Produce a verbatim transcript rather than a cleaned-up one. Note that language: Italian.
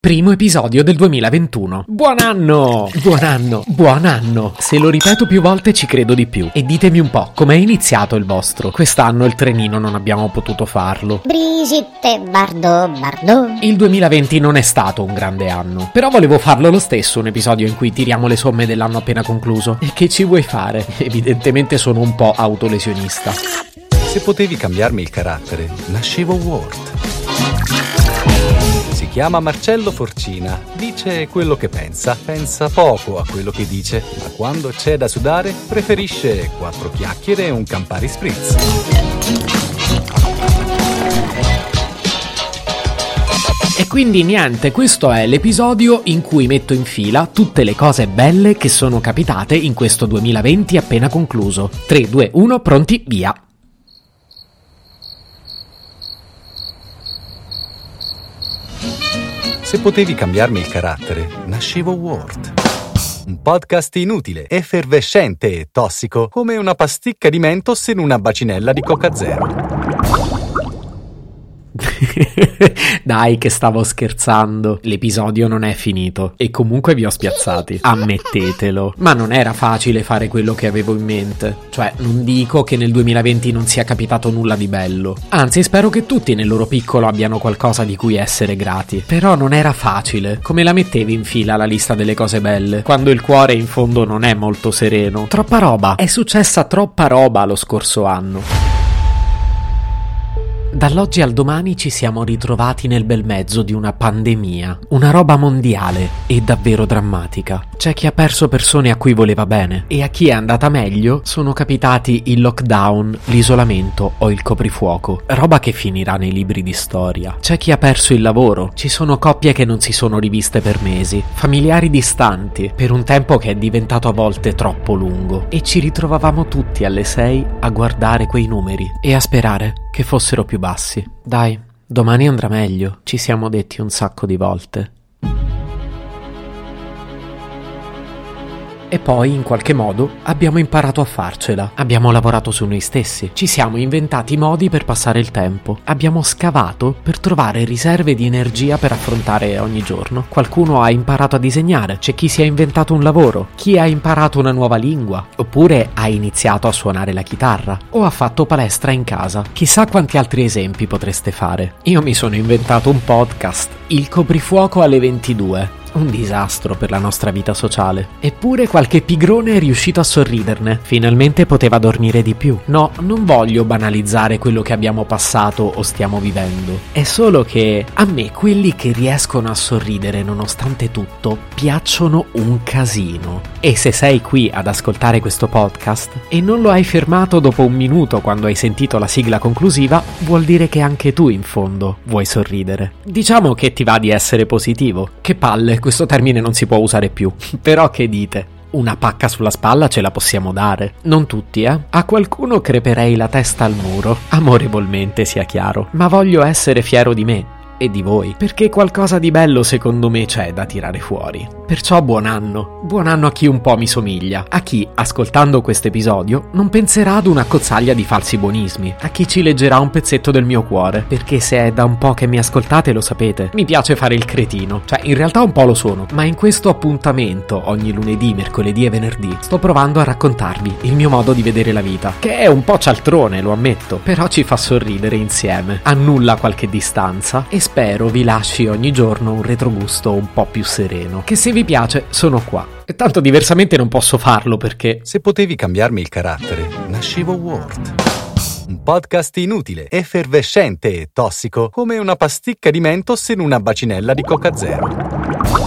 Primo episodio del duemilaventuno. Buon anno! Buon anno! Buon anno! Se lo ripeto più volte ci credo di più. E ditemi un po', com'è iniziato il vostro? Quest'anno il trenino non abbiamo potuto farlo. Brigitte Bardot Bardot. Il duemilaventi non è stato un grande anno. Però volevo farlo lo stesso, un episodio in cui tiriamo le somme dell'anno appena concluso. E che ci vuoi fare? Evidentemente sono un po' autolesionista. Se potevi cambiarmi il carattere, nascevo Ward. Si chiama Marcello Forcina, dice quello che pensa, pensa poco a quello che dice, ma quando c'è da sudare preferisce quattro chiacchiere e un Campari Spritz. E quindi niente, questo è l'episodio in cui metto in fila tutte le cose belle che sono capitate in questo duemilaventi appena concluso. tre, due, uno, pronti, via! Se potevi cambiarmi il carattere, nascevo Ward. Un podcast inutile, effervescente e tossico, come una pasticca di Mentos in una bacinella di Coca Zero. Dai che stavo scherzando, l'episodio non è finito e comunque vi ho spiazzati, ammettetelo. Ma non era facile fare quello che avevo in mente. Cioè, non dico che nel duemilaventi non sia capitato nulla di bello, anzi spero che tutti nel loro piccolo abbiano qualcosa di cui essere grati. Però non era facile. Come la mettevi in fila la lista delle cose belle, quando il cuore in fondo non è molto sereno? Troppa roba, è successa troppa roba lo scorso anno. Dall'oggi al domani ci siamo ritrovati nel bel mezzo di una pandemia, una roba mondiale e davvero drammatica. C'è chi ha perso persone a cui voleva bene e a chi è andata meglio sono capitati il lockdown, l'isolamento o il coprifuoco, roba che finirà nei libri di storia. C'è chi ha perso il lavoro, ci sono coppie che non si sono riviste per mesi, familiari distanti, per un tempo che è diventato a volte troppo lungo e ci ritrovavamo tutti alle sei a guardare quei numeri e a sperare che fossero più bassi. Dai, domani andrà meglio, ci siamo detti un sacco di volte. E poi, in qualche modo, abbiamo imparato a farcela. Abbiamo lavorato su noi stessi. Ci siamo inventati modi per passare il tempo. Abbiamo scavato per trovare riserve di energia per affrontare ogni giorno. Qualcuno ha imparato a disegnare. C'è chi si è inventato un lavoro. Chi ha imparato una nuova lingua. Oppure ha iniziato a suonare la chitarra. O ha fatto palestra in casa. Chissà quanti altri esempi potreste fare. Io mi sono inventato un podcast. Il coprifuoco alle ventidue. Un disastro per la nostra vita sociale. Eppure qualche pigrone è riuscito a sorriderne. Finalmente poteva dormire di più. No, non voglio banalizzare quello che abbiamo passato o stiamo vivendo. È solo che a me quelli che riescono a sorridere nonostante tutto piacciono un casino. E se sei qui ad ascoltare questo podcast e non lo hai fermato dopo un minuto quando hai sentito la sigla conclusiva, vuol dire che anche tu in fondo vuoi sorridere. Diciamo che ti va di essere positivo. Che palle, questo termine non si può usare più. Però che dite? Una pacca sulla spalla ce la possiamo dare. Non tutti, eh? A qualcuno creperei la testa al muro. Amorevolmente, sia chiaro. Ma voglio essere fiero di me e di voi, perché qualcosa di bello secondo me c'è da tirare fuori. Perciò buon anno. Buon anno a chi un po' mi somiglia, a chi, ascoltando questo episodio, non penserà ad una cozzaglia di falsi buonismi, a chi ci leggerà un pezzetto del mio cuore, perché se è da un po' che mi ascoltate lo sapete, mi piace fare il cretino, cioè in realtà un po' lo sono, ma in questo appuntamento, ogni lunedì, mercoledì e venerdì, sto provando a raccontarvi il mio modo di vedere la vita, che è un po' cialtrone, lo ammetto, però ci fa sorridere insieme, annulla qualche distanza e spero vi lasci ogni giorno un retrogusto un po' più sereno, che se vi piace sono qua. E tanto diversamente non posso farlo perché... Se potevi cambiarmi il carattere, nascevo Ward. Un podcast inutile, effervescente e tossico, come una pasticca di Mentos in una bacinella di Coca Zero.